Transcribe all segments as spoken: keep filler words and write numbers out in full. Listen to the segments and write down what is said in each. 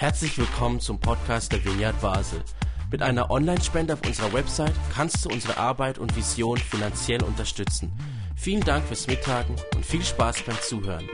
Herzlich willkommen zum Podcast der Vineyard Basel. Mit einer Online-Spende auf unserer Website kannst du unsere Arbeit und Vision finanziell unterstützen. Vielen Dank fürs Mittagen und viel Spaß beim Zuhören.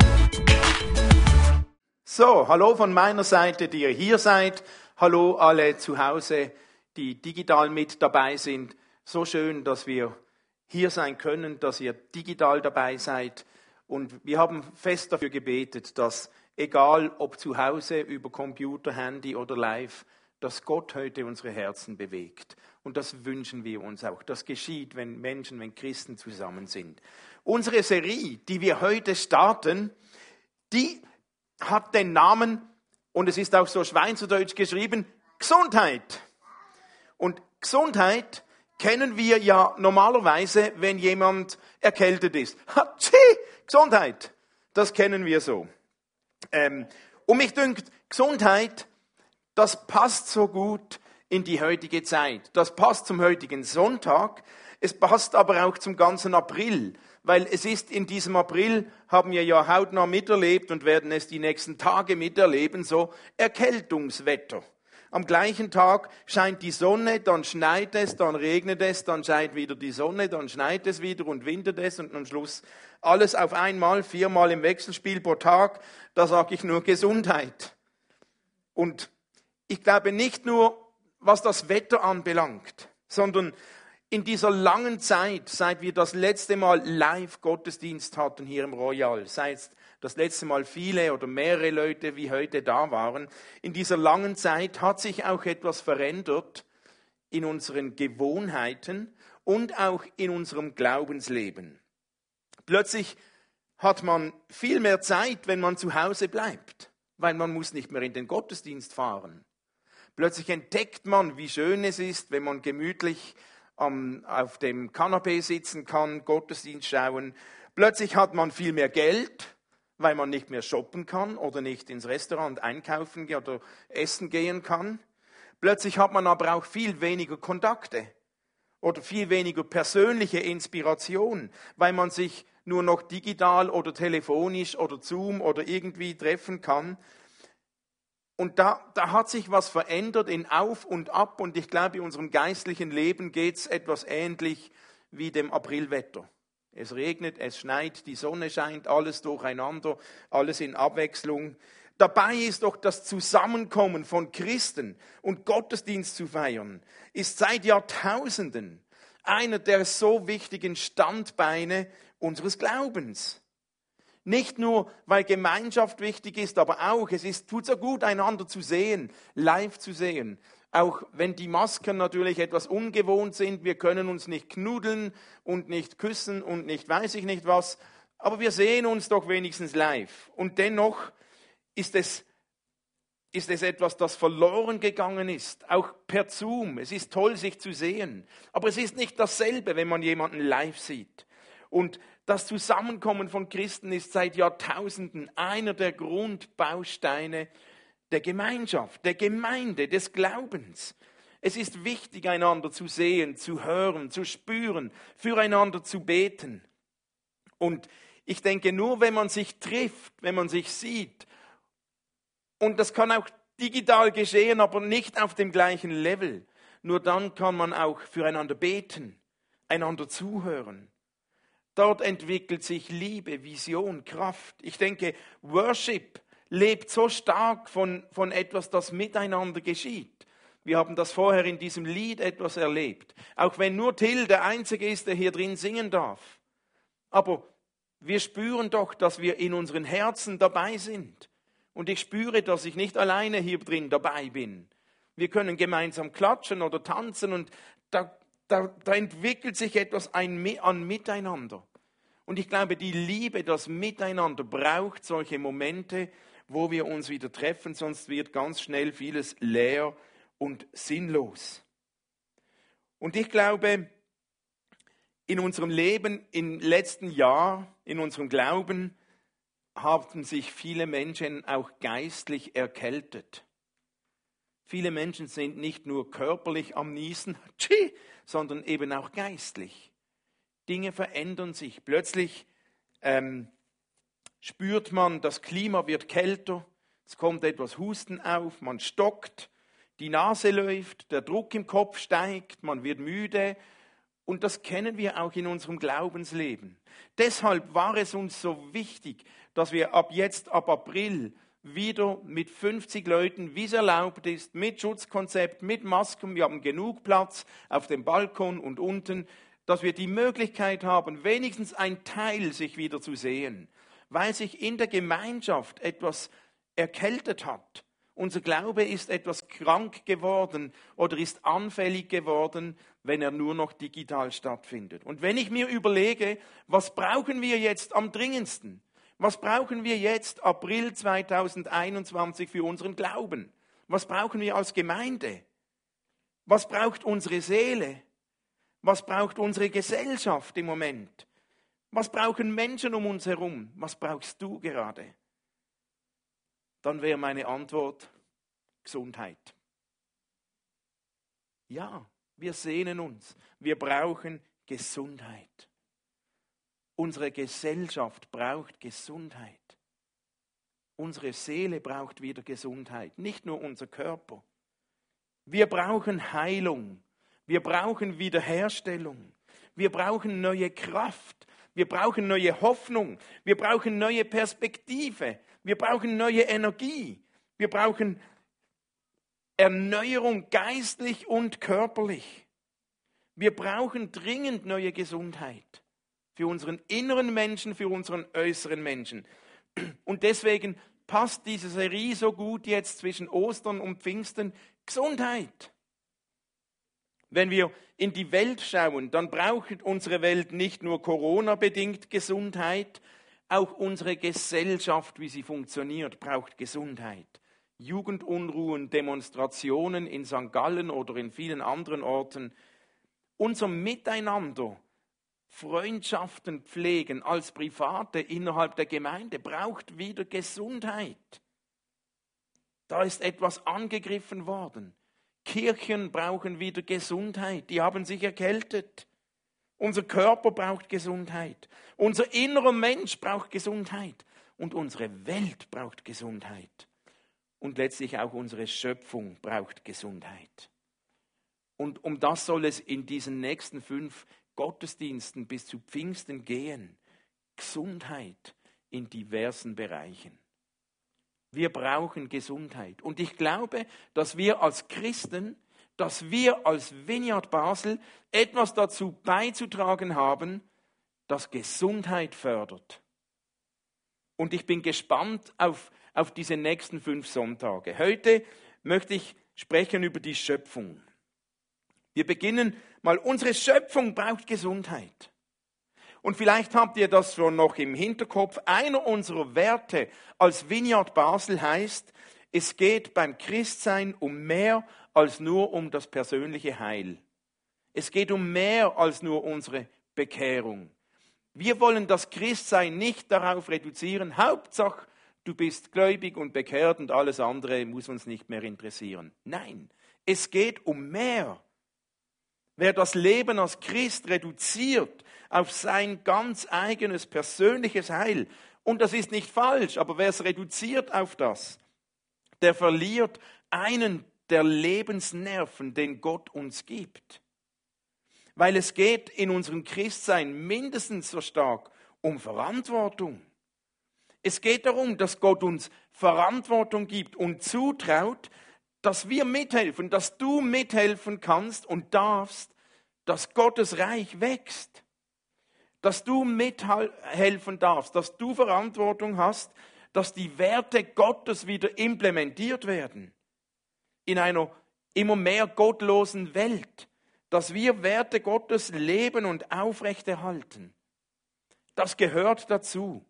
So, hallo von meiner Seite, die ihr hier seid. Hallo alle zu Hause, die digital mit dabei sind. So schön, dass wir hier sein können, dass ihr digital dabei seid. Und wir haben fest dafür gebetet, dass egal ob zu Hause, über Computer, Handy oder live, dass Gott heute unsere Herzen bewegt. Und das wünschen wir uns auch. Das geschieht, wenn Menschen, wenn Christen zusammen sind. Unsere Serie, die wir heute starten, die hat den Namen, und es ist auch so schweizerdeutsch geschrieben, Gesundheit. Und Gesundheit kennen wir ja normalerweise, wenn jemand erkältet ist. Hatschi, Gesundheit, das kennen wir so. Ähm, und mich dünkt, Gesundheit, das passt so gut in die heutige Zeit. Das passt zum heutigen Sonntag. Es passt aber auch zum ganzen April, weil es ist in diesem April, haben wir ja hautnah miterlebt und werden es die nächsten Tage miterleben, so Erkältungswetter. Am gleichen Tag scheint die Sonne, dann schneit es, dann regnet es, dann scheint wieder die Sonne, dann schneit es wieder und wintert es und am Schluss alles auf einmal, viermal im Wechselspiel pro Tag. Da sage ich nur Gesundheit. Und ich glaube nicht nur, was das Wetter anbelangt, sondern in dieser langen Zeit, seit wir das letzte Mal live Gottesdienst hatten hier im Royal, seit das letzte Mal viele oder mehrere Leute wie heute da waren, in dieser langen Zeit hat sich auch etwas verändert in unseren Gewohnheiten und auch in unserem Glaubensleben. Plötzlich hat man viel mehr Zeit, wenn man zu Hause bleibt, weil man muss nicht mehr in den Gottesdienst fahren. Plötzlich entdeckt man, wie schön es ist, wenn man gemütlich um, auf dem Kanapee sitzen kann, Gottesdienst schauen. Plötzlich hat man viel mehr Geld, weil man nicht mehr shoppen kann oder nicht ins Restaurant einkaufen oder essen gehen kann. Plötzlich hat man aber auch viel weniger Kontakte oder viel weniger persönliche Inspiration, weil man sich nur noch digital oder telefonisch oder Zoom oder irgendwie treffen kann. Und da, da hat sich was verändert in Auf und Ab. Und ich glaube, in unserem geistlichen Leben geht es etwas ähnlich wie dem Aprilwetter. Es regnet, es schneit, die Sonne scheint, alles durcheinander, alles in Abwechslung. Dabei ist doch das Zusammenkommen von Christen und Gottesdienst zu feiern, ist seit Jahrtausenden einer der so wichtigen Standbeine unseres Glaubens. Nicht nur, weil Gemeinschaft wichtig ist, aber auch, es ist, tut so gut, einander zu sehen, live zu sehen. Auch wenn die Masken natürlich etwas ungewohnt sind, wir können uns nicht knuddeln und nicht küssen und nicht weiß ich nicht was, aber wir sehen uns doch wenigstens live. Und dennoch ist es, ist es etwas, das verloren gegangen ist, auch per Zoom. Es ist toll, sich zu sehen, aber es ist nicht dasselbe, wenn man jemanden live sieht. Und das Zusammenkommen von Christen ist seit Jahrtausenden einer der Grundbausteine der Gemeinschaft, der Gemeinde, des Glaubens. Es ist wichtig, einander zu sehen, zu hören, zu spüren, füreinander zu beten. Und ich denke, nur wenn man sich trifft, wenn man sich sieht, und das kann auch digital geschehen, aber nicht auf dem gleichen Level, nur dann kann man auch füreinander beten, einander zuhören. Dort entwickelt sich Liebe, Vision, Kraft. Ich denke, Worship lebt so stark von, von etwas, das miteinander geschieht. Wir haben das vorher in diesem Lied etwas erlebt. Auch wenn nur Till der Einzige ist, der hier drin singen darf. Aber wir spüren doch, dass wir in unseren Herzen dabei sind. Und ich spüre, dass ich nicht alleine hier drin dabei bin. Wir können gemeinsam klatschen oder tanzen und da, da, da entwickelt sich etwas ein, an Miteinander. Und ich glaube, die Liebe, das Miteinander braucht solche Momente, wo wir uns wieder treffen, sonst wird ganz schnell vieles leer und sinnlos. Und ich glaube, in unserem Leben, im letzten Jahr, in unserem Glauben, haben sich viele Menschen auch geistlich erkältet. Viele Menschen sind nicht nur körperlich am Niesen, sondern eben auch geistlich. Dinge verändern sich. Plötzlich ähm, spürt man, das Klima wird kälter, es kommt etwas Husten auf, man stockt, die Nase läuft, der Druck im Kopf steigt, man wird müde. Und das kennen wir auch in unserem Glaubensleben. Deshalb war es uns so wichtig, dass wir ab jetzt, ab April, wieder mit fünfzig Leuten, wie es erlaubt ist, mit Schutzkonzept, mit Masken, wir haben genug Platz auf dem Balkon und unten, dass wir die Möglichkeit haben, wenigstens ein Teil sich wieder zu sehen, weil sich in der Gemeinschaft etwas erkältet hat. Unser Glaube ist etwas krank geworden oder ist anfällig geworden, wenn er nur noch digital stattfindet. Und wenn ich mir überlege, was brauchen wir jetzt am dringendsten? Was brauchen wir jetzt, April zweitausendeinundzwanzig, für unseren Glauben? Was brauchen wir als Gemeinde? Was braucht unsere Seele? Was braucht unsere Gesellschaft im Moment? Was brauchen Menschen um uns herum? Was brauchst du gerade? Dann wäre meine Antwort Gesundheit. Ja, wir sehnen uns. Wir brauchen Gesundheit. Unsere Gesellschaft braucht Gesundheit. Unsere Seele braucht wieder Gesundheit, nicht nur unser Körper. Wir brauchen Heilung. Wir brauchen Wiederherstellung. Wir brauchen neue Kraft. Wir brauchen neue Hoffnung. Wir brauchen neue Perspektive. Wir brauchen neue Energie. Wir brauchen Erneuerung geistlich und körperlich. Wir brauchen dringend neue Gesundheit. Für unseren inneren Menschen, für unseren äußeren Menschen. Und deswegen passt diese Serie so gut jetzt zwischen Ostern und Pfingsten. Gesundheit. Wenn wir in die Welt schauen, dann braucht unsere Welt nicht nur Corona-bedingt Gesundheit, auch unsere Gesellschaft, wie sie funktioniert, braucht Gesundheit. Jugendunruhen, Demonstrationen in Sankt Gallen oder in vielen anderen Orten. Unser Miteinander, Freundschaften pflegen als Private innerhalb der Gemeinde, braucht wieder Gesundheit. Da ist etwas angegriffen worden. Kirchen brauchen wieder Gesundheit, die haben sich erkältet. Unser Körper braucht Gesundheit. Unser innerer Mensch braucht Gesundheit. Und unsere Welt braucht Gesundheit. Und letztlich auch unsere Schöpfung braucht Gesundheit. Und um das soll es in diesen nächsten fünf Gottesdiensten bis zu Pfingsten gehen. Gesundheit in diversen Bereichen. Wir brauchen Gesundheit. Und ich glaube, dass wir als Christen, dass wir als Vineyard Basel etwas dazu beizutragen haben, das Gesundheit fördert. Und ich bin gespannt auf, auf diese nächsten fünf Sonntage. Heute möchte ich sprechen über die Schöpfung. Wir beginnen mal, unsere Schöpfung braucht Gesundheit. Und vielleicht habt ihr das schon noch im Hinterkopf. Einer unserer Werte als Vineyard Basel heißt, es geht beim Christsein um mehr als nur um das persönliche Heil. Es geht um mehr als nur unsere Bekehrung. Wir wollen das Christsein nicht darauf reduzieren, Hauptsache du bist gläubig und bekehrt und alles andere muss uns nicht mehr interessieren. Nein, es geht um mehr. Wer das Leben als Christ reduziert auf sein ganz eigenes persönliches Heil, und das ist nicht falsch, aber wer es reduziert auf das, der verliert einen der Lebensnerven, den Gott uns gibt. Weil es geht in unserem Christsein mindestens so stark um Verantwortung. Es geht darum, dass Gott uns Verantwortung gibt und zutraut, dass wir mithelfen, dass du mithelfen kannst und darfst, dass Gottes Reich wächst. Dass du mithelfen darfst, dass du Verantwortung hast, dass die Werte Gottes wieder implementiert werden. In einer immer mehr gottlosen Welt. Dass wir Werte Gottes leben und aufrechterhalten. Das gehört dazu.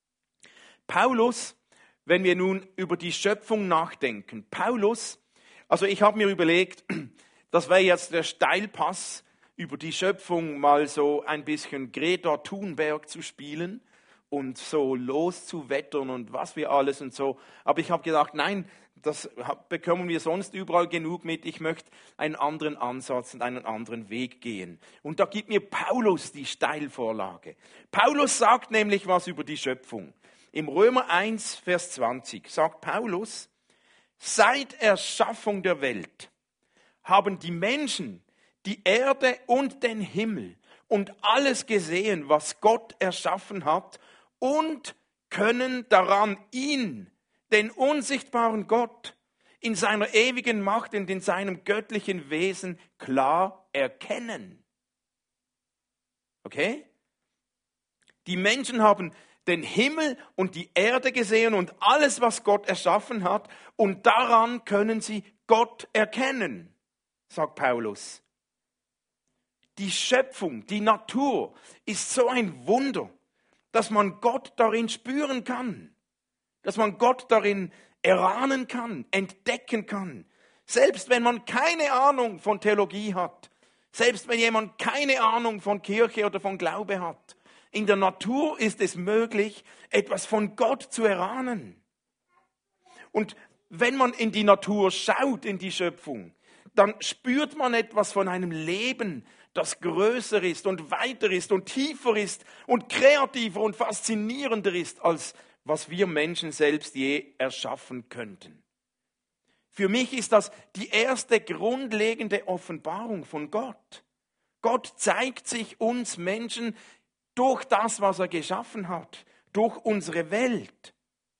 Paulus, wenn wir nun über die Schöpfung nachdenken. Paulus, also ich habe mir überlegt, das wäre jetzt der Steilpass, über die Schöpfung mal so ein bisschen Greta Thunberg zu spielen und so loszuwettern und was wir alles und so. Aber ich habe gedacht, nein, das bekommen wir sonst überall genug mit. Ich möchte einen anderen Ansatz und einen anderen Weg gehen. Und da gibt mir Paulus die Steilvorlage. Paulus sagt nämlich was über die Schöpfung. Im Römer eins, Vers zwanzig sagt Paulus, seit Erschaffung der Welt haben die Menschen die Erde und den Himmel und alles gesehen, was Gott erschaffen hat, und können daran ihn, den unsichtbaren Gott, in seiner ewigen Macht und in seinem göttlichen Wesen klar erkennen. Okay? Die Menschen haben den Himmel und die Erde gesehen und alles, was Gott erschaffen hat, und daran können sie Gott erkennen, sagt Paulus. Die Schöpfung, die Natur ist so ein Wunder, dass man Gott darin spüren kann, dass man Gott darin erahnen kann, entdecken kann. Selbst wenn man keine Ahnung von Theologie hat, selbst wenn jemand keine Ahnung von Kirche oder von Glaube hat, in der Natur ist es möglich, etwas von Gott zu erahnen. Und wenn man in die Natur schaut, in die Schöpfung, dann spürt man etwas von einem Leben, das größer ist und weiter ist und tiefer ist und kreativer und faszinierender ist, als was wir Menschen selbst je erschaffen könnten. Für mich ist das die erste grundlegende Offenbarung von Gott. Gott zeigt sich uns Menschen durch das, was er geschaffen hat, durch unsere Welt.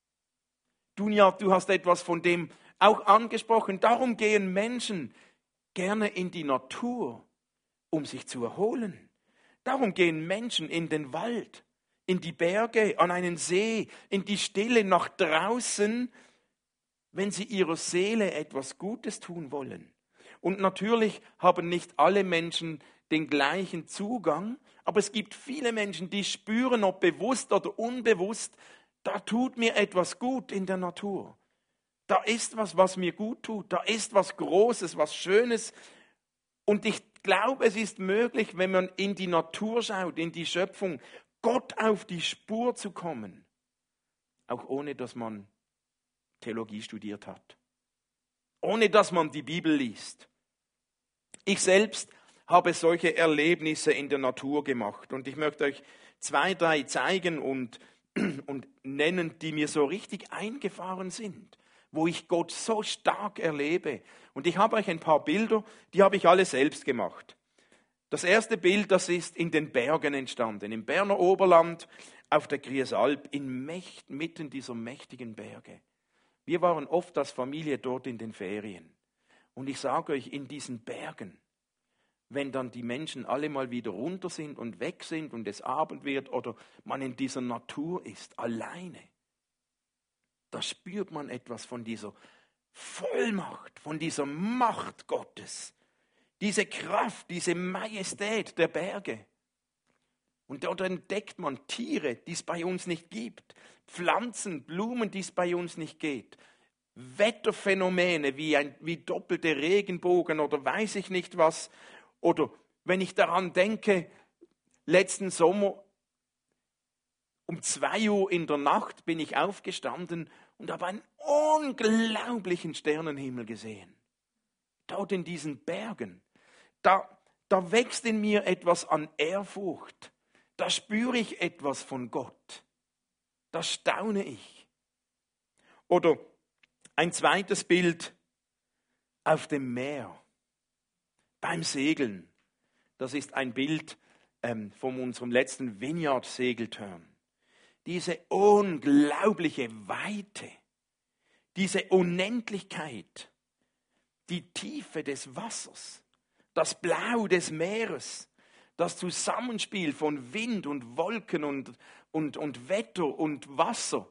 Dunja, du hast etwas von dem auch angesprochen. Darum gehen Menschen gerne in die Natur, um sich zu erholen. Darum gehen Menschen in den Wald, in die Berge, an einen See, in die Stille, nach draußen, wenn sie ihrer Seele etwas Gutes tun wollen. Und natürlich haben nicht alle Menschen den gleichen Zugang, aber es gibt viele Menschen, die spüren, ob bewusst oder unbewusst, da tut mir etwas gut in der Natur. Da ist was, was mir gut tut. Da ist was Großes, was Schönes. Und ich glaube, es ist möglich, wenn man in die Natur schaut, in die Schöpfung, Gott auf die Spur zu kommen. Auch ohne, dass man Theologie studiert hat. Ohne, dass man die Bibel liest. Ich selbst habe solche Erlebnisse in der Natur gemacht. Und ich möchte euch zwei, drei zeigen und, und nennen, die mir so richtig eingefahren sind, wo ich Gott so stark erlebe. Und ich habe euch ein paar Bilder, die habe ich alle selbst gemacht. Das erste Bild, das ist in den Bergen entstanden, im Berner Oberland, auf der Griesalp, in Mächt, mitten dieser mächtigen Berge. Wir waren oft als Familie dort in den Ferien. Und ich sage euch, in diesen Bergen, wenn dann die Menschen alle mal wieder runter sind und weg sind und es Abend wird oder man in dieser Natur ist, alleine, da spürt man etwas von dieser Vollmacht, von dieser Macht Gottes, diese Kraft, diese Majestät der Berge. Und dort entdeckt man Tiere, die es bei uns nicht gibt, Pflanzen, Blumen, die es bei uns nicht gibt, Wetterphänomene wie, ein, wie doppelte Regenbogen oder weiß ich nicht was. Oder wenn ich daran denke, letzten Sommer um zwei Uhr in der Nacht bin ich aufgestanden und habe einen unglaublichen Sternenhimmel gesehen. Dort in diesen Bergen. Da, da wächst in mir etwas an Ehrfurcht. Da spüre ich etwas von Gott. Da staune ich. Oder ein zweites Bild auf dem Meer. Beim Segeln. Das ist ein Bild ähm, von unserem letzten Vineyard-Segelturn. Diese unglaubliche Weite, diese Unendlichkeit, die Tiefe des Wassers, das Blau des Meeres, das Zusammenspiel von Wind und Wolken und, und, und Wetter und Wasser.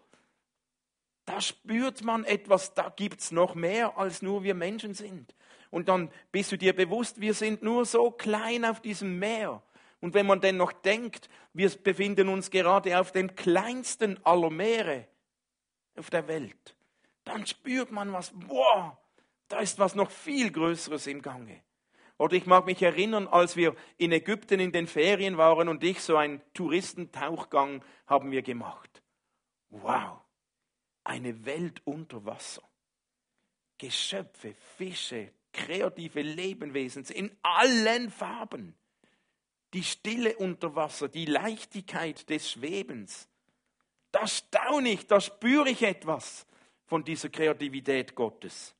Da spürt man etwas, da gibt es noch mehr, als nur wir Menschen sind. Und dann bist du dir bewusst, wir sind nur so klein auf diesem Meer. Und wenn man denn noch denkt, wir befinden uns gerade auf dem kleinsten aller Meere auf der Welt, dann spürt man was, boah, da ist was noch viel Größeres im Gange. Oder ich mag mich erinnern, als wir in Ägypten in den Ferien waren und ich so einen Touristentauchgang haben wir gemacht. Wow, eine Welt unter Wasser. Geschöpfe, Fische, kreative Lebewesen in allen Farben. Die Stille unter Wasser, die Leichtigkeit des Schwebens. Da staune ich, da spüre ich etwas von dieser Kreativität Gottes.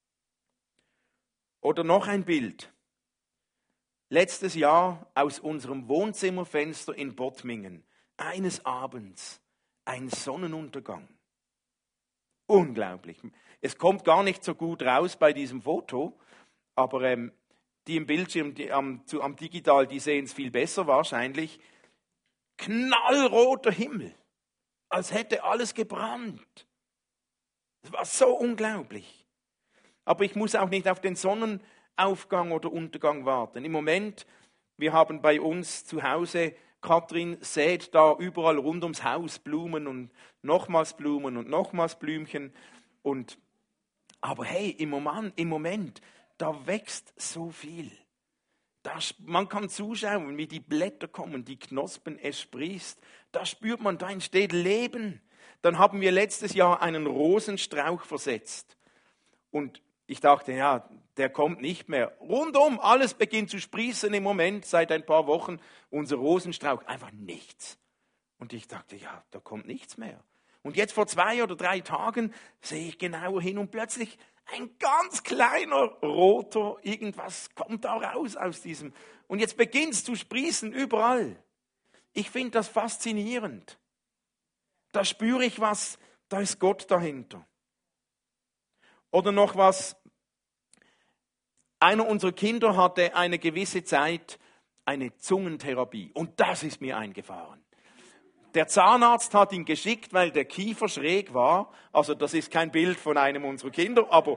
Oder noch ein Bild. Letztes Jahr aus unserem Wohnzimmerfenster in Bottmingen, eines Abends, ein Sonnenuntergang. Unglaublich. Es kommt gar nicht so gut raus bei diesem Foto, aber ähm, die im Bildschirm, die am, zu, am Digital, die sehen es viel besser wahrscheinlich. Knallroter Himmel, als hätte alles gebrannt. Es war so unglaublich. Aber ich muss auch nicht auf den Sonnenaufgang oder Untergang warten. Im Moment, wir haben bei uns zu Hause, Katrin sät da überall rund ums Haus Blumen und nochmals Blumen und nochmals Blümchen. Und, aber hey, im Moment, im Moment, da wächst so viel. Da, man kann zuschauen, wie die Blätter kommen, die Knospen, es sprießt. Da spürt man, da entsteht Leben. Dann haben wir letztes Jahr einen Rosenstrauch versetzt. Und ich dachte, ja, der kommt nicht mehr. Rundum, alles beginnt zu sprießen im Moment, seit ein paar Wochen. Unser Rosenstrauch, einfach nichts. Und ich dachte, ja, da kommt nichts mehr. Und jetzt vor zwei oder drei Tagen sehe ich genauer hin und plötzlich ein ganz kleiner roter, irgendwas kommt da raus aus diesem. Und jetzt beginnt es zu sprießen überall. Ich finde das faszinierend. Da spüre ich was, da ist Gott dahinter. Oder noch was. Einer unserer Kinder hatte eine gewisse Zeit eine Zungentherapie. Und das ist mir eingefahren. Der Zahnarzt hat ihn geschickt, weil der Kiefer schräg war. Also das ist kein Bild von einem unserer Kinder, aber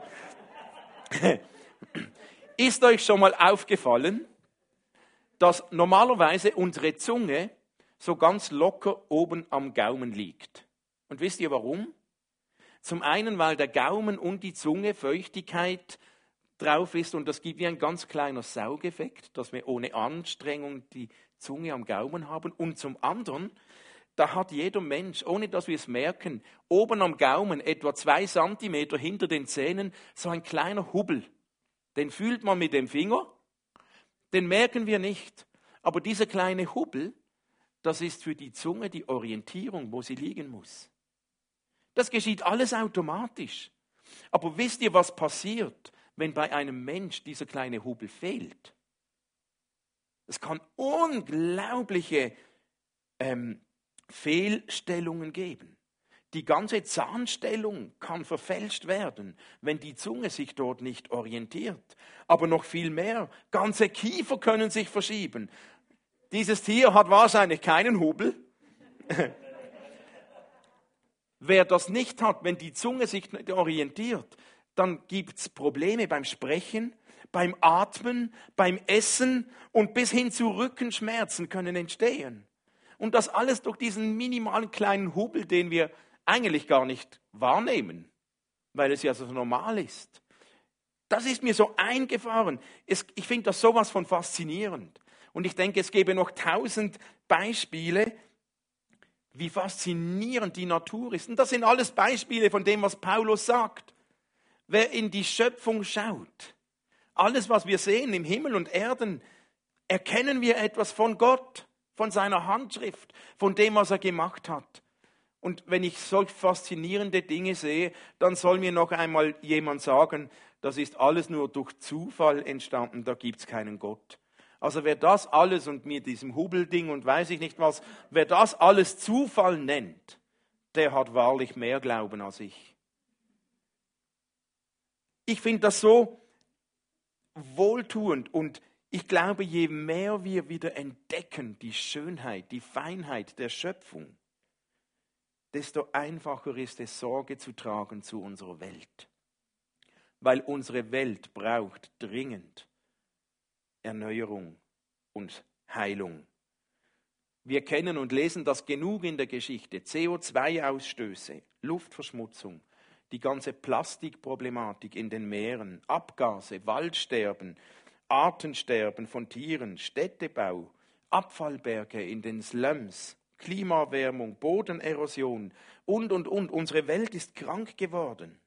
ist euch schon mal aufgefallen, dass normalerweise unsere Zunge so ganz locker oben am Gaumen liegt? Und wisst ihr warum? Zum einen, weil der Gaumen und die Zunge Feuchtigkeit drauf ist und das gibt wie ein ganz kleiner Saugeffekt, dass wir ohne Anstrengung die Zunge am Gaumen haben. Und zum anderen, da hat jeder Mensch, ohne dass wir es merken, oben am Gaumen, etwa zwei Zentimeter hinter den Zähnen, so ein kleiner Hubbel. Den fühlt man mit dem Finger, den merken wir nicht. Aber dieser kleine Hubbel, das ist für die Zunge die Orientierung, wo sie liegen muss. Das geschieht alles automatisch. Aber wisst ihr, was passiert, wenn bei einem Mensch dieser kleine Hubbel fehlt? Es kann unglaubliche ähm, Fehlstellungen geben. Die ganze Zahnstellung kann verfälscht werden, wenn die Zunge sich dort nicht orientiert. Aber noch viel mehr, ganze Kiefer können sich verschieben. Dieses Tier hat wahrscheinlich keinen Hubbel. Wer das nicht hat, wenn die Zunge sich nicht orientiert, dann gibt es Probleme beim Sprechen, beim Atmen, beim Essen und bis hin zu Rückenschmerzen können entstehen. Und das alles durch diesen minimalen kleinen Hubbel, den wir eigentlich gar nicht wahrnehmen, weil es ja so normal ist. Das ist mir so eingefahren. Es, ich finde das sowas von faszinierend. Und ich denke, es gäbe noch tausend Beispiele, wie faszinierend die Natur ist. Und das sind alles Beispiele von dem, was Paulus sagt. Wer in die Schöpfung schaut, alles, was wir sehen im Himmel und Erden, erkennen wir etwas von Gott, von seiner Handschrift, von dem, was er gemacht hat. Und wenn ich solch faszinierende Dinge sehe, dann soll mir noch einmal jemand sagen, das ist alles nur durch Zufall entstanden, da gibt es keinen Gott. Also wer das alles und mir diesem Hubbelding und weiß ich nicht was, wer das alles Zufall nennt, der hat wahrlich mehr Glauben als ich. Ich finde das so wohltuend und ich glaube, je mehr wir wieder entdecken, die Schönheit, die Feinheit der Schöpfung, desto einfacher ist es, Sorge zu tragen zu unserer Welt. Weil unsere Welt braucht dringend Erneuerung und Heilung. Wir kennen und lesen das genug in der Geschichte. C O zwei Ausstöße, Luftverschmutzung, die ganze Plastikproblematik in den Meeren, Abgase, Waldsterben, Artensterben von Tieren, Städtebau, Abfallberge in den Slums, Klimaerwärmung, Bodenerosion und, und, und. Unsere Welt ist krank geworden.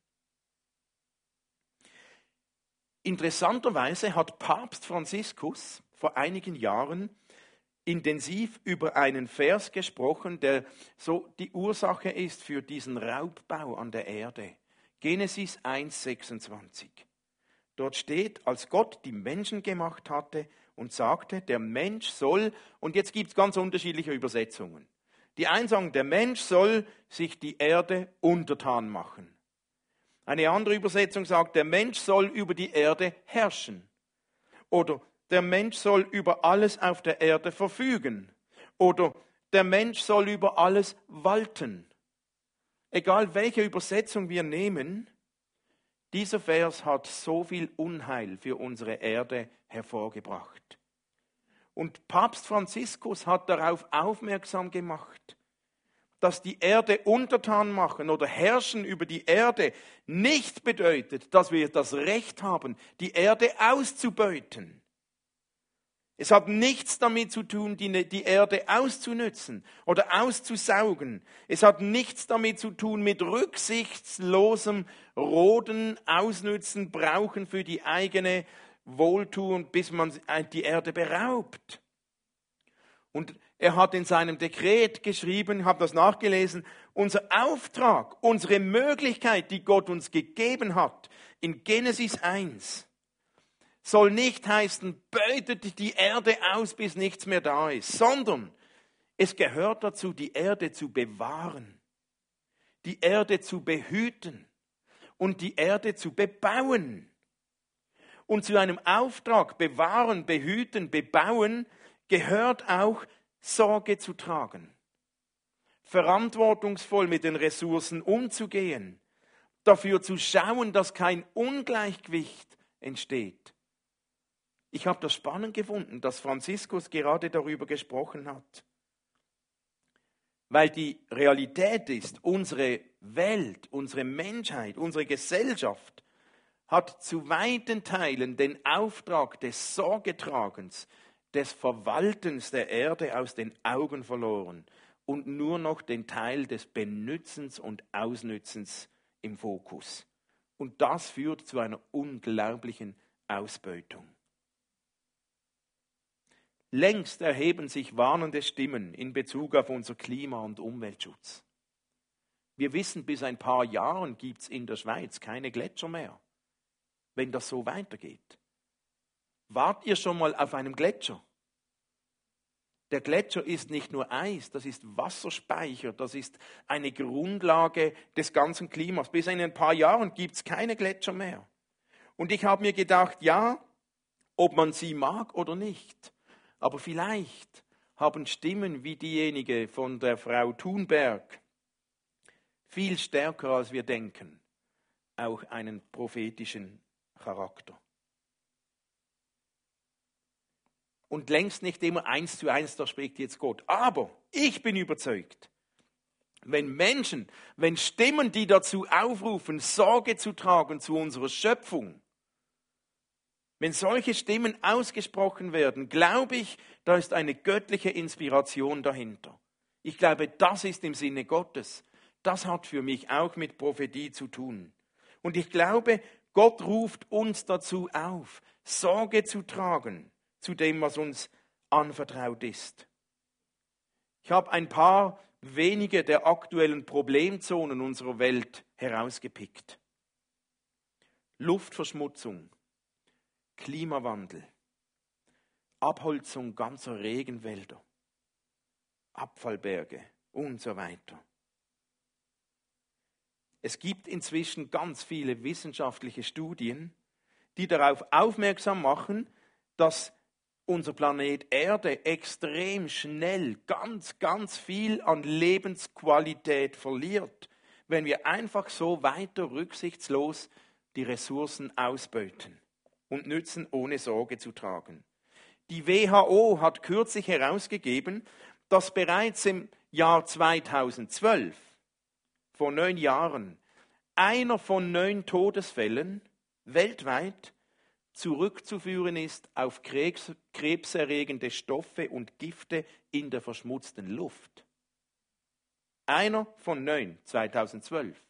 Interessanterweise hat Papst Franziskus vor einigen Jahren intensiv über einen Vers gesprochen, der so die Ursache ist für diesen Raubbau an der Erde. Genesis eins sechsundzwanzig. Dort steht, als Gott die Menschen gemacht hatte und sagte, der Mensch soll, und jetzt gibt es ganz unterschiedliche Übersetzungen. Die einen sagen, der Mensch soll sich die Erde untertan machen. Eine andere Übersetzung sagt, der Mensch soll über die Erde herrschen. Oder der Mensch soll über alles auf der Erde verfügen. Oder der Mensch soll über alles walten. Egal welche Übersetzung wir nehmen, dieser Vers hat so viel Unheil für unsere Erde hervorgebracht. Und Papst Franziskus hat darauf aufmerksam gemacht, dass die Erde untertan machen oder herrschen über die Erde nicht bedeutet, dass wir das Recht haben, die Erde auszubeuten. Es hat nichts damit zu tun, die, die Erde auszunützen oder auszusaugen. Es hat nichts damit zu tun mit rücksichtslosem Roden, Ausnützen, Brauchen für die eigene Wohltun, bis man die Erde beraubt. Und er hat in seinem Dekret geschrieben, ich habe das nachgelesen, unser Auftrag, unsere Möglichkeit, die Gott uns gegeben hat, in Genesis eins, soll nicht heißen, beutet die Erde aus, bis nichts mehr da ist, sondern es gehört dazu, die Erde zu bewahren, die Erde zu behüten und die Erde zu bebauen. Und zu einem Auftrag, bewahren, behüten, bebauen, gehört auch Sorge zu tragen, verantwortungsvoll mit den Ressourcen umzugehen, dafür zu schauen, dass kein Ungleichgewicht entsteht. Ich habe das spannend gefunden, dass Franziskus gerade darüber gesprochen hat. Weil die Realität ist, unsere Welt, unsere Menschheit, unsere Gesellschaft hat zu weiten Teilen den Auftrag des Sorgetragens, des Verwaltens der Erde aus den Augen verloren und nur noch den Teil des Benützens und Ausnützens im Fokus. Und das führt zu einer unglaublichen Ausbeutung. Längst erheben sich warnende Stimmen in Bezug auf unser Klima- und Umweltschutz. Wir wissen, bis ein paar Jahren gibt es in der Schweiz keine Gletscher mehr, wenn das so weitergeht. Wart ihr schon mal auf einem Gletscher? Der Gletscher ist nicht nur Eis, das ist Wasserspeicher, das ist eine Grundlage des ganzen Klimas. Bis in ein paar Jahren gibt es keine Gletscher mehr. Und ich habe mir gedacht, ja, ob man sie mag oder nicht, aber vielleicht haben Stimmen wie diejenige von der Frau Thunberg viel stärker, als wir denken, auch einen prophetischen Charakter. Und längst nicht immer eins zu eins, da spricht jetzt Gott. Aber ich bin überzeugt, wenn Menschen, wenn Stimmen, die dazu aufrufen, Sorge zu tragen zu unserer Schöpfung, wenn solche Stimmen ausgesprochen werden, glaube ich, da ist eine göttliche Inspiration dahinter. Ich glaube, das ist im Sinne Gottes. Das hat für mich auch mit Prophetie zu tun. Und ich glaube, Gott ruft uns dazu auf, Sorge zu tragen zu dem, was uns anvertraut ist. Ich habe ein paar wenige der aktuellen Problemzonen unserer Welt herausgepickt. Luftverschmutzung, Klimawandel, Abholzung ganzer Regenwälder, Abfallberge und so weiter. Es gibt inzwischen ganz viele wissenschaftliche Studien, die darauf aufmerksam machen, dass unser Planet Erde extrem schnell ganz, ganz viel an Lebensqualität verliert, wenn wir einfach so weiter rücksichtslos die Ressourcen ausbeuten und nützen, ohne Sorge zu tragen. Die W H O hat kürzlich herausgegeben, dass bereits im Jahr zweitausendzwölf, vor neun Jahren, einer von neun Todesfällen weltweit zurückzuführen ist auf Krebs, krebserregende Stoffe und Gifte in der verschmutzten Luft. Einer von neun, zweitausendzwölf.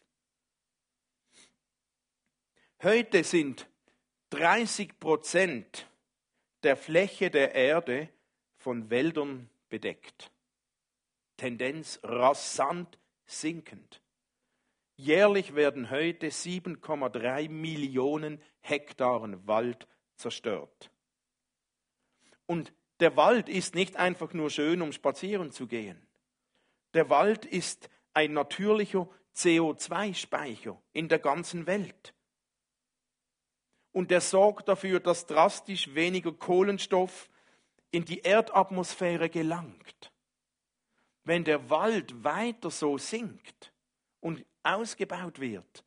Heute sind dreißig Prozent der Fläche der Erde von Wäldern bedeckt. Tendenz rasant sinkend. Jährlich werden heute sieben Komma drei Millionen Hektaren Wald zerstört. Und der Wald ist nicht einfach nur schön, um spazieren zu gehen. Der Wald ist ein natürlicher C O zwei Speicher in der ganzen Welt. Und er sorgt dafür, dass drastisch weniger Kohlenstoff in die Erdatmosphäre gelangt. Wenn der Wald weiter so sinkt und ausgebaut wird,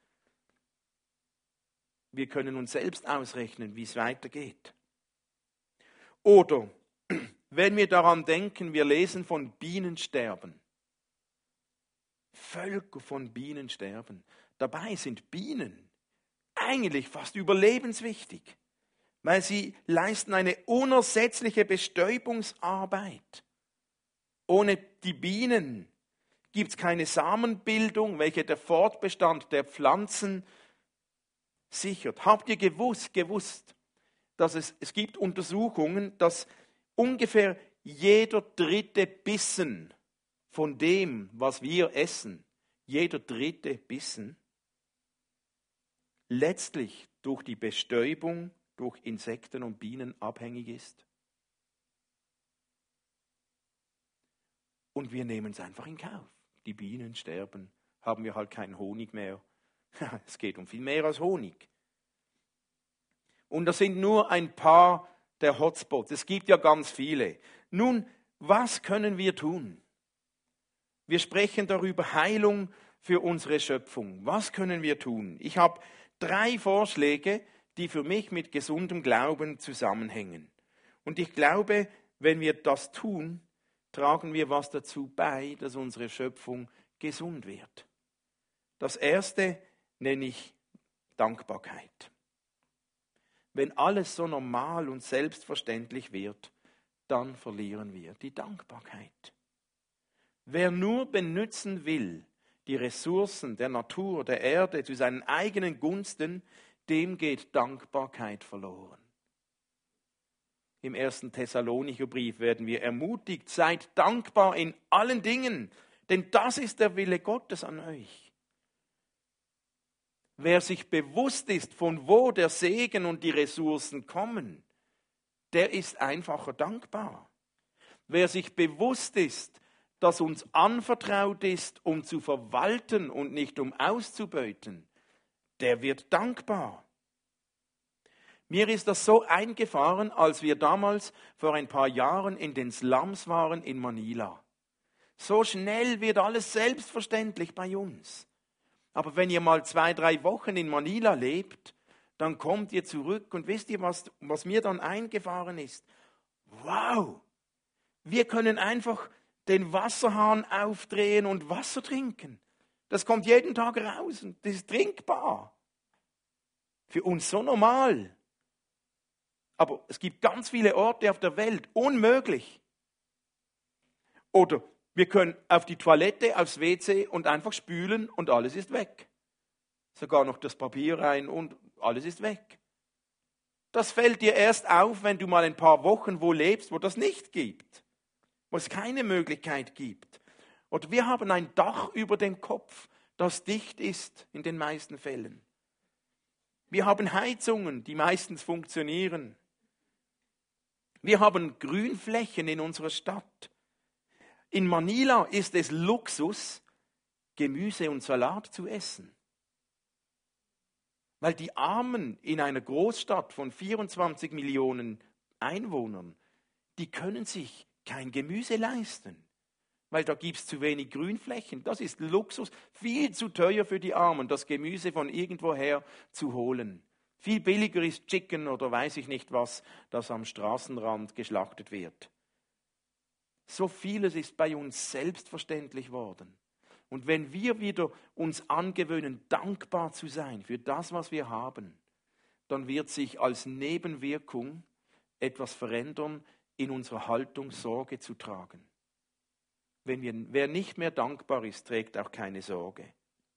wir können uns selbst ausrechnen, wie es weitergeht. Oder wenn wir daran denken, wir lesen von Bienensterben. Völker von Bienen sterben. Dabei sind Bienen eigentlich fast überlebenswichtig, weil sie leisten eine unersetzliche Bestäubungsarbeit. Ohne die Bienen gibt es keine Samenbildung, welche der Fortbestand der Pflanzen sichert. Habt ihr gewusst, gewusst, dass es, es gibt Untersuchungen, dass ungefähr jeder dritte Bissen von dem, was wir essen, jeder dritte Bissen, letztlich durch die Bestäubung durch Insekten und Bienen abhängig ist? Und wir nehmen es einfach in Kauf. Die Bienen sterben, haben wir halt keinen Honig mehr. Es geht um viel mehr als Honig. Und das sind nur ein paar der Hotspots. Es gibt ja ganz viele. Nun, was können wir tun? Wir sprechen darüber Heilung für unsere Schöpfung. Was können wir tun? Ich habe drei Vorschläge, die für mich mit gesundem Glauben zusammenhängen. Und ich glaube, wenn wir das tun, tragen wir was dazu bei, dass unsere Schöpfung gesund wird. Das erste nenne ich Dankbarkeit. Wenn alles so normal und selbstverständlich wird, dann verlieren wir die Dankbarkeit. Wer nur benützen will, die Ressourcen der Natur, der Erde zu seinen eigenen Gunsten, dem geht Dankbarkeit verloren. Im ersten Thessalonicher Brief werden wir ermutigt, seid dankbar in allen Dingen, denn das ist der Wille Gottes an euch. Wer sich bewusst ist, von wo der Segen und die Ressourcen kommen, der ist einfacher dankbar. Wer sich bewusst ist, dass uns anvertraut ist, um zu verwalten und nicht um auszubeuten, der wird dankbar. Mir ist das so eingefahren, als wir damals vor ein paar Jahren in den Slums waren in Manila. So schnell wird alles selbstverständlich bei uns. Aber wenn ihr mal zwei, drei Wochen in Manila lebt, dann kommt ihr zurück und wisst ihr, was, was mir dann eingefahren ist? Wow! Wir können einfach den Wasserhahn aufdrehen und Wasser trinken. Das kommt jeden Tag raus und das ist trinkbar. Für uns so normal. Aber es gibt ganz viele Orte auf der Welt, unmöglich. Oder wir können auf die Toilette, aufs W C und einfach spülen und alles ist weg. Sogar noch das Papier rein und alles ist weg. Das fällt dir erst auf, wenn du mal ein paar Wochen wo lebst, wo das nicht gibt. Wo es keine Möglichkeit gibt. Oder wir haben ein Dach über dem Kopf, das dicht ist in den meisten Fällen. Wir haben Heizungen, die meistens funktionieren. Wir haben Grünflächen in unserer Stadt. In Manila ist es Luxus, Gemüse und Salat zu essen. Weil die Armen in einer Großstadt von vierundzwanzig Millionen Einwohnern, die können sich kein Gemüse leisten. Weil da gibt es zu wenig Grünflächen. Das ist Luxus, viel zu teuer für die Armen, das Gemüse von irgendwoher zu holen. Viel billiger ist Chicken oder weiß ich nicht was, das am Straßenrand geschlachtet wird. So vieles ist bei uns selbstverständlich worden. Und wenn wir wieder uns angewöhnen, dankbar zu sein für das, was wir haben, dann wird sich als Nebenwirkung etwas verändern in unserer Haltung, Sorge zu tragen. Wenn wir, wer nicht mehr dankbar ist, trägt auch keine Sorge.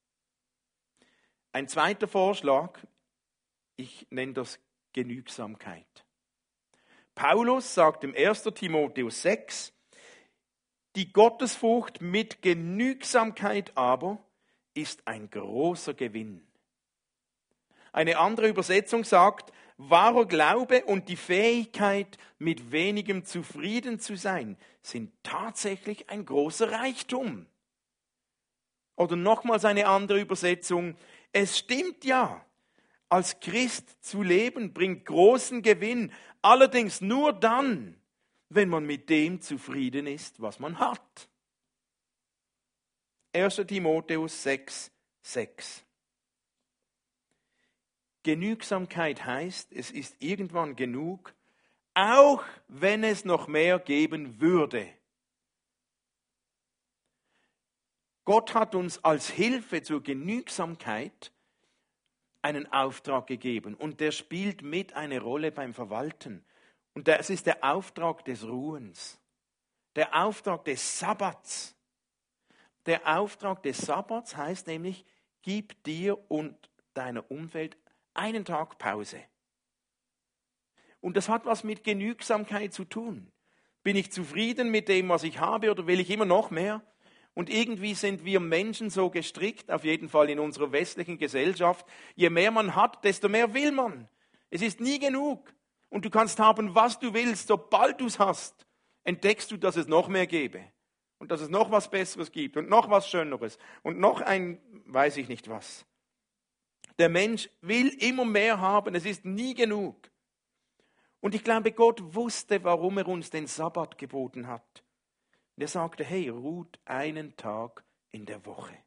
Ein zweiter Vorschlag, ich nenne das Genügsamkeit. Paulus sagt im ersten Timotheus sechs, die Gottesfurcht mit Genügsamkeit aber ist ein großer Gewinn. Eine andere Übersetzung sagt, wahrer Glaube und die Fähigkeit, mit wenigem zufrieden zu sein, sind tatsächlich ein großer Reichtum. Oder nochmals eine andere Übersetzung, es stimmt ja, als Christ zu leben bringt großen Gewinn, allerdings nur dann, wenn man mit dem zufrieden ist, was man hat. erster Timotheus sechs, sechs. Genügsamkeit heißt, es ist irgendwann genug, auch wenn es noch mehr geben würde. Gott hat uns als Hilfe zur Genügsamkeit einen Auftrag gegeben und der spielt mit eine Rolle beim Verwalten. Und das ist der Auftrag des Ruhens, der Auftrag des Sabbats. Der Auftrag des Sabbats heißt nämlich, gib dir und deiner Umwelt einen Tag Pause. Und das hat was mit Genügsamkeit zu tun. Bin ich zufrieden mit dem, was ich habe, oder will ich immer noch mehr? Und irgendwie sind wir Menschen so gestrickt, auf jeden Fall in unserer westlichen Gesellschaft, je mehr man hat, desto mehr will man. Es ist nie genug. Und du kannst haben, was du willst. Sobald du es hast, entdeckst du, dass es noch mehr gäbe. Und dass es noch was Besseres gibt und noch was Schöneres und noch ein, weiß ich nicht was. Der Mensch will immer mehr haben, es ist nie genug. Und ich glaube, Gott wusste, warum er uns den Sabbat geboten hat. Und er sagte, hey, ruht einen Tag in der Woche.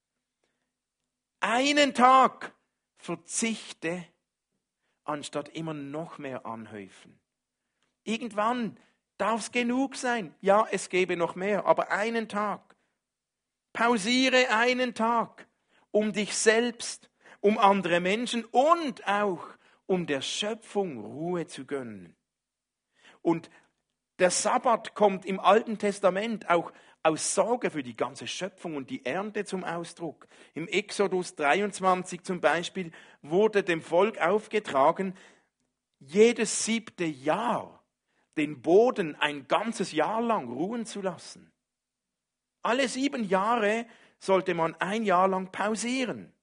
Einen Tag verzichte, anstatt immer noch mehr anhäufen. Irgendwann darf es genug sein. Ja, es gäbe noch mehr, aber einen Tag. Pausiere einen Tag, um dich selbst, um andere Menschen und auch um der Schöpfung Ruhe zu gönnen. Und der Sabbat kommt im Alten Testament auch aus Sorge für die ganze Schöpfung und die Ernte zum Ausdruck. Im Exodus dreiundzwanzig zum Beispiel wurde dem Volk aufgetragen, jedes siebte Jahr den Boden ein ganzes Jahr lang ruhen zu lassen. Alle sieben Jahre sollte man ein Jahr lang pausieren,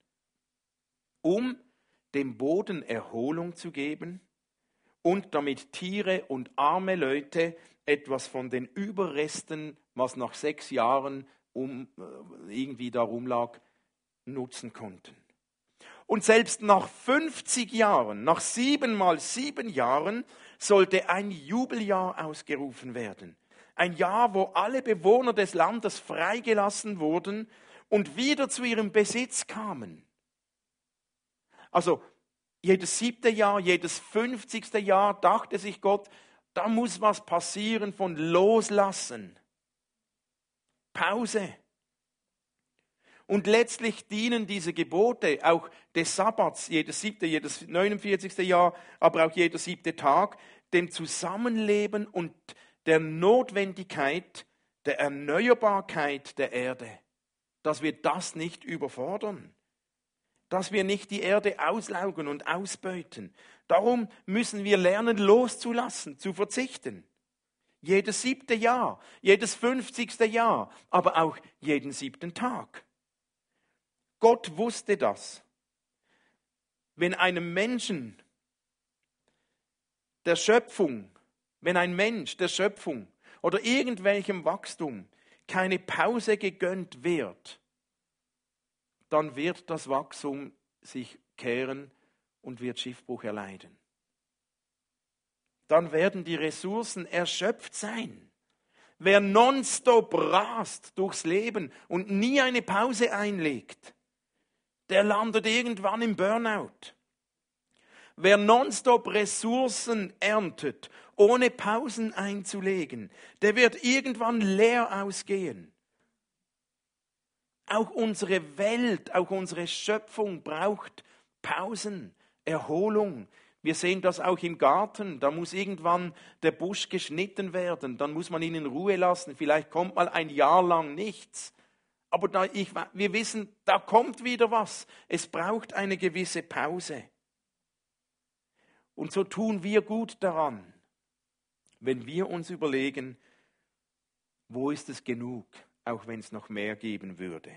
um dem Boden Erholung zu geben und damit Tiere und arme Leute etwas von den Überresten, was nach sechs Jahren um, irgendwie da rumlag, nutzen konnten. Und selbst nach fünfzig Jahren, nach sieben mal sieben Jahren, sollte ein Jubeljahr ausgerufen werden. Ein Jahr, wo alle Bewohner des Landes freigelassen wurden und wieder zu ihrem Besitz kamen. Also jedes siebte Jahr, jedes fünfzigste Jahr dachte sich Gott, da muss was passieren von Loslassen. Pause. Und letztlich dienen diese Gebote auch des Sabbats, jedes siebte, jedes neunundvierzigste Jahr, aber auch jeder siebte Tag, dem Zusammenleben und der Notwendigkeit, der Erneuerbarkeit der Erde. Dass wir das nicht überfordern. Dass wir nicht die Erde auslaugen und ausbeuten. Darum müssen wir lernen, loszulassen, zu verzichten. Jedes siebte Jahr, jedes fünfzigste Jahr, aber auch jeden siebten Tag. Gott wusste das. Wenn einem Menschen der Schöpfung, wenn ein Mensch der Schöpfung oder irgendwelchem Wachstum keine Pause gegönnt wird, dann wird das Wachstum sich kehren und wird Schiffbruch erleiden. Dann werden die Ressourcen erschöpft sein. Wer nonstop rast durchs Leben und nie eine Pause einlegt, der landet irgendwann im Burnout. Wer nonstop Ressourcen erntet, ohne Pausen einzulegen, der wird irgendwann leer ausgehen. Auch unsere Welt, auch unsere Schöpfung braucht Pausen, Erholung. Wir sehen das auch im Garten. Da muss irgendwann der Busch geschnitten werden. Dann muss man ihn in Ruhe lassen. Vielleicht kommt mal ein Jahr lang nichts. Aber da ich, wir wissen, da kommt wieder was. Es braucht eine gewisse Pause. Und so tun wir gut daran, wenn wir uns überlegen, wo ist es genug, auch wenn es noch mehr geben würde.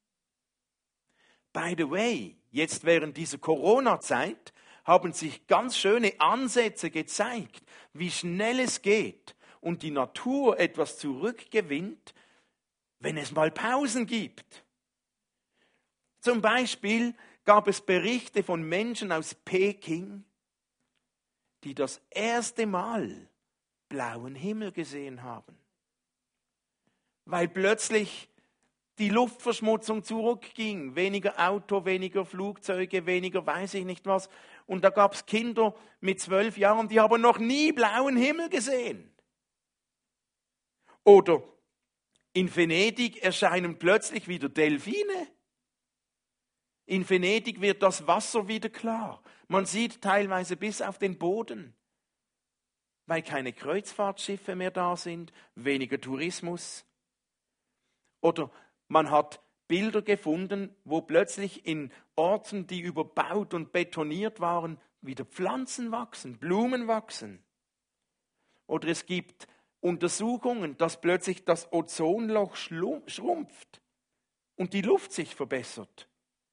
By the way, jetzt während dieser Corona-Zeit haben sich ganz schöne Ansätze gezeigt, wie schnell es geht und die Natur etwas zurückgewinnt, wenn es mal Pausen gibt. Zum Beispiel gab es Berichte von Menschen aus Peking, die das erste Mal blauen Himmel gesehen haben, weil plötzlich die Luftverschmutzung zurückging, weniger Auto, weniger Flugzeuge, weniger weiß ich nicht was. Und da gab es Kinder mit zwölf Jahren, die haben noch nie blauen Himmel gesehen. Oder in Venedig erscheinen plötzlich wieder Delfine. In Venedig wird das Wasser wieder klar. Man sieht teilweise bis auf den Boden, weil keine Kreuzfahrtschiffe mehr da sind, weniger Tourismus. Oder man hat Bilder gefunden, wo plötzlich in Orten, die überbaut und betoniert waren, wieder Pflanzen wachsen, Blumen wachsen. Oder es gibt Untersuchungen, dass plötzlich das Ozonloch schrumpft und die Luft sich verbessert.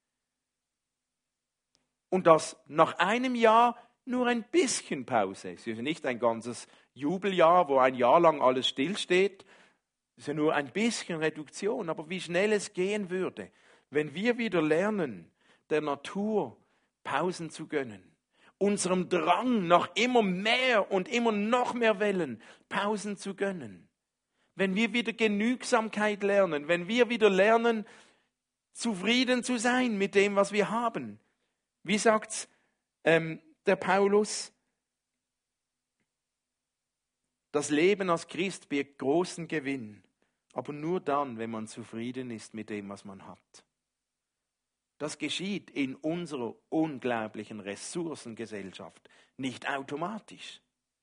Und dass nach einem Jahr nur ein bisschen Pause, es ist ja nicht ein ganzes Jubeljahr, wo ein Jahr lang alles stillsteht, es ist ja nur ein bisschen Reduktion, aber wie schnell es gehen würde, wenn wir wieder lernen, der Natur Pausen zu gönnen, unserem Drang nach immer mehr und immer noch mehr Wellen Pausen zu gönnen, wenn wir wieder Genügsamkeit lernen, wenn wir wieder lernen, zufrieden zu sein mit dem, was wir haben. Wie sagt ähm, der Paulus? Das Leben als Christ birgt großen Gewinn, aber nur dann, wenn man zufrieden ist mit dem, was man hat. Das geschieht in unserer unglaublichen Ressourcengesellschaft nicht automatisch.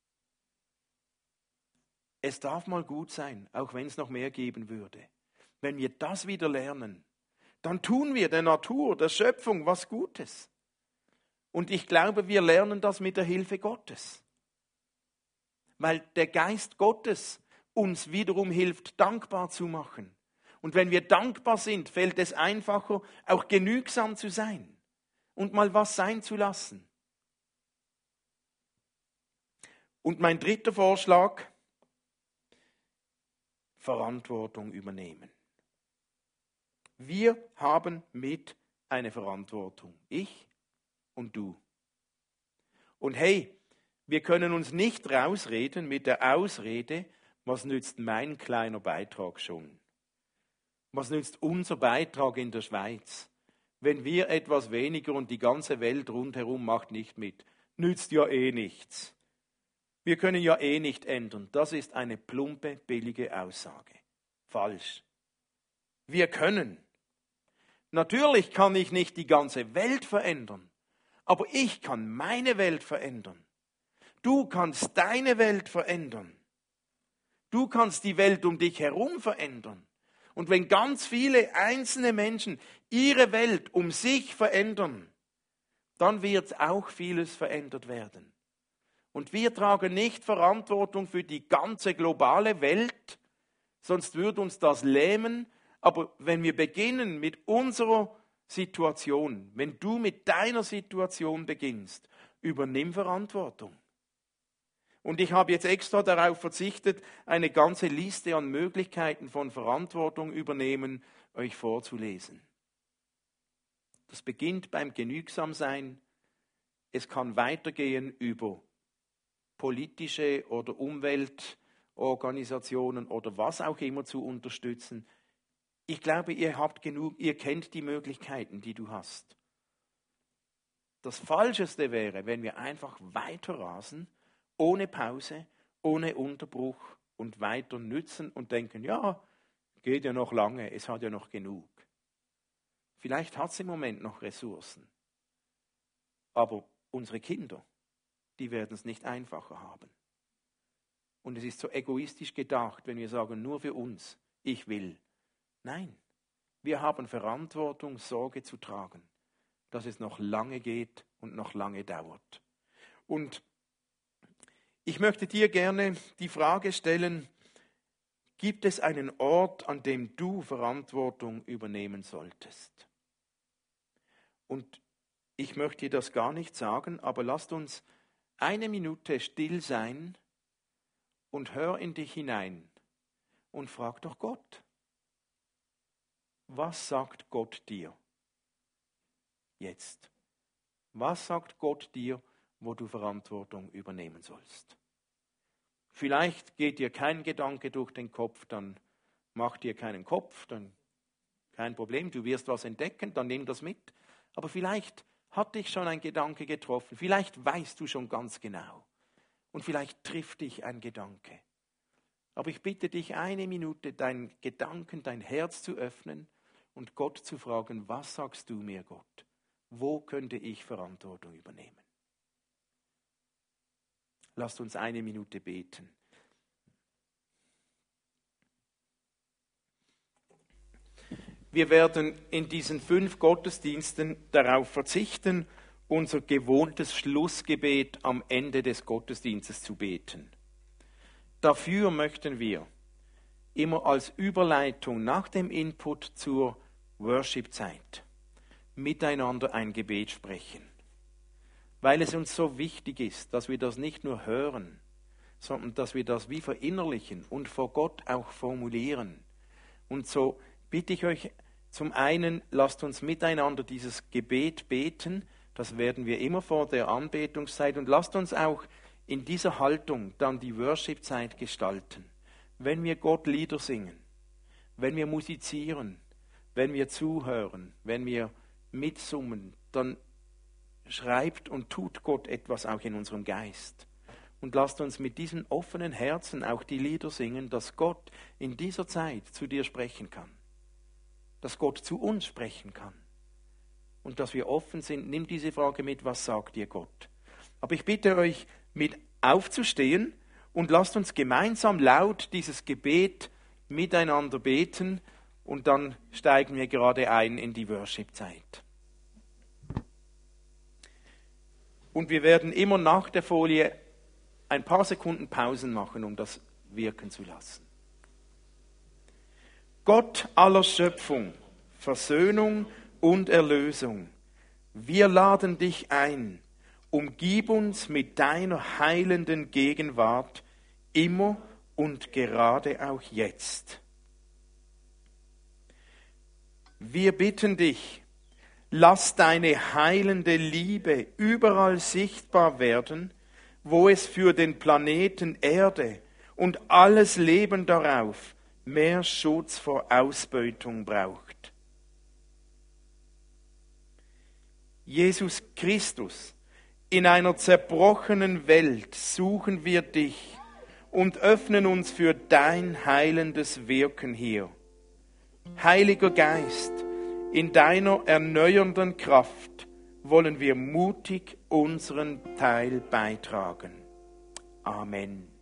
Es darf mal gut sein, auch wenn es noch mehr geben würde. Wenn wir das wieder lernen, dann tun wir der Natur, der Schöpfung was Gutes. Und ich glaube, wir lernen das mit der Hilfe Gottes. Weil der Geist Gottes uns wiederum hilft, dankbar zu machen. Und wenn wir dankbar sind, fällt es einfacher, auch genügsam zu sein und mal was sein zu lassen. Und mein dritter Vorschlag, Verantwortung übernehmen. Wir haben mit eine Verantwortung. Ich und du. Und hey, wir können uns nicht rausreden mit der Ausrede, was nützt mein kleiner Beitrag schon? Was nützt unser Beitrag in der Schweiz? Wenn wir etwas weniger und die ganze Welt rundherum macht nicht mit, nützt ja eh nichts. Wir können ja eh nicht ändern. Das ist eine plumpe, billige Aussage. Falsch. Wir können. Natürlich kann ich nicht die ganze Welt verändern. Aber ich kann meine Welt verändern. Du kannst deine Welt verändern. Du kannst die Welt um dich herum verändern. Und wenn ganz viele einzelne Menschen ihre Welt um sich verändern, dann wird auch vieles verändert werden. Und wir tragen nicht Verantwortung für die ganze globale Welt, sonst würde uns das lähmen. Aber wenn wir beginnen mit unserer Situation, wenn du mit deiner Situation beginnst, übernimm Verantwortung. Und ich habe jetzt extra darauf verzichtet, eine ganze Liste an Möglichkeiten von Verantwortung übernehmen, euch vorzulesen. Das beginnt beim Genügsamsein. Es kann weitergehen über politische oder Umweltorganisationen oder was auch immer zu unterstützen. Ich glaube, ihr habt genug, ihr kennt die Möglichkeiten, die du hast. Das Falscheste wäre, wenn wir einfach weiter rasen, ohne Pause, ohne Unterbruch und weiter nützen und denken, ja, geht ja noch lange, es hat ja noch genug. Vielleicht hat es im Moment noch Ressourcen, aber unsere Kinder, die werden es nicht einfacher haben. Und es ist so egoistisch gedacht, wenn wir sagen, nur für uns, ich will. Nein, wir haben Verantwortung, Sorge zu tragen, dass es noch lange geht und noch lange dauert. Und Ich möchte dir gerne die Frage stellen, gibt es einen Ort, an dem du Verantwortung übernehmen solltest? Und ich möchte dir das gar nicht sagen, aber lasst uns eine Minute still sein und hör in dich hinein und frag doch Gott. Was sagt Gott dir jetzt? Was sagt Gott dir, wo du Verantwortung übernehmen sollst? Vielleicht geht dir kein Gedanke durch den Kopf, dann mach dir keinen Kopf, dann kein Problem, du wirst was entdecken, dann nimm das mit. Aber vielleicht hat dich schon ein Gedanke getroffen, vielleicht weißt du schon ganz genau und vielleicht trifft dich ein Gedanke. Aber ich bitte dich, eine Minute deinen Gedanken, dein Herz zu öffnen und Gott zu fragen, was sagst du mir, Gott? Wo könnte ich Verantwortung übernehmen? Lasst uns eine Minute beten. Wir werden in diesen fünf Gottesdiensten darauf verzichten, unser gewohntes Schlussgebet am Ende des Gottesdienstes zu beten. Dafür möchten wir immer als Überleitung nach dem Input zur Worship-Zeit miteinander ein Gebet sprechen. Weil es uns so wichtig ist, dass wir das nicht nur hören, sondern dass wir das wie verinnerlichen und vor Gott auch formulieren. Und so bitte ich euch, zum einen, lasst uns miteinander dieses Gebet beten, das werden wir immer vor der Anbetungszeit, und lasst uns auch in dieser Haltung dann die Worship-Zeit gestalten. Wenn wir Gott Lieder singen, wenn wir musizieren, wenn wir zuhören, wenn wir mitsummen, dann schreibt und tut Gott etwas auch in unserem Geist. Und lasst uns mit diesen offenen Herzen auch die Lieder singen, dass Gott in dieser Zeit zu dir sprechen kann. Dass Gott zu uns sprechen kann. Und dass wir offen sind. Nimm diese Frage mit, was sagt dir Gott? Aber ich bitte euch, mit aufzustehen und lasst uns gemeinsam laut dieses Gebet miteinander beten und dann steigen wir gerade ein in die Worship-Zeit. Und wir werden immer nach der Folie ein paar Sekunden Pausen machen, um das wirken zu lassen. Gott aller Schöpfung, Versöhnung und Erlösung, wir laden dich ein, umgib uns mit deiner heilenden Gegenwart, immer und gerade auch jetzt. Wir bitten dich, lass deine heilende Liebe überall sichtbar werden, wo es für den Planeten Erde und alles Leben darauf mehr Schutz vor Ausbeutung braucht. Jesus Christus, in einer zerbrochenen Welt suchen wir dich und öffnen uns für dein heilendes Wirken hier. Heiliger Geist, in deiner erneuernden Kraft wollen wir mutig unseren Teil beitragen. Amen.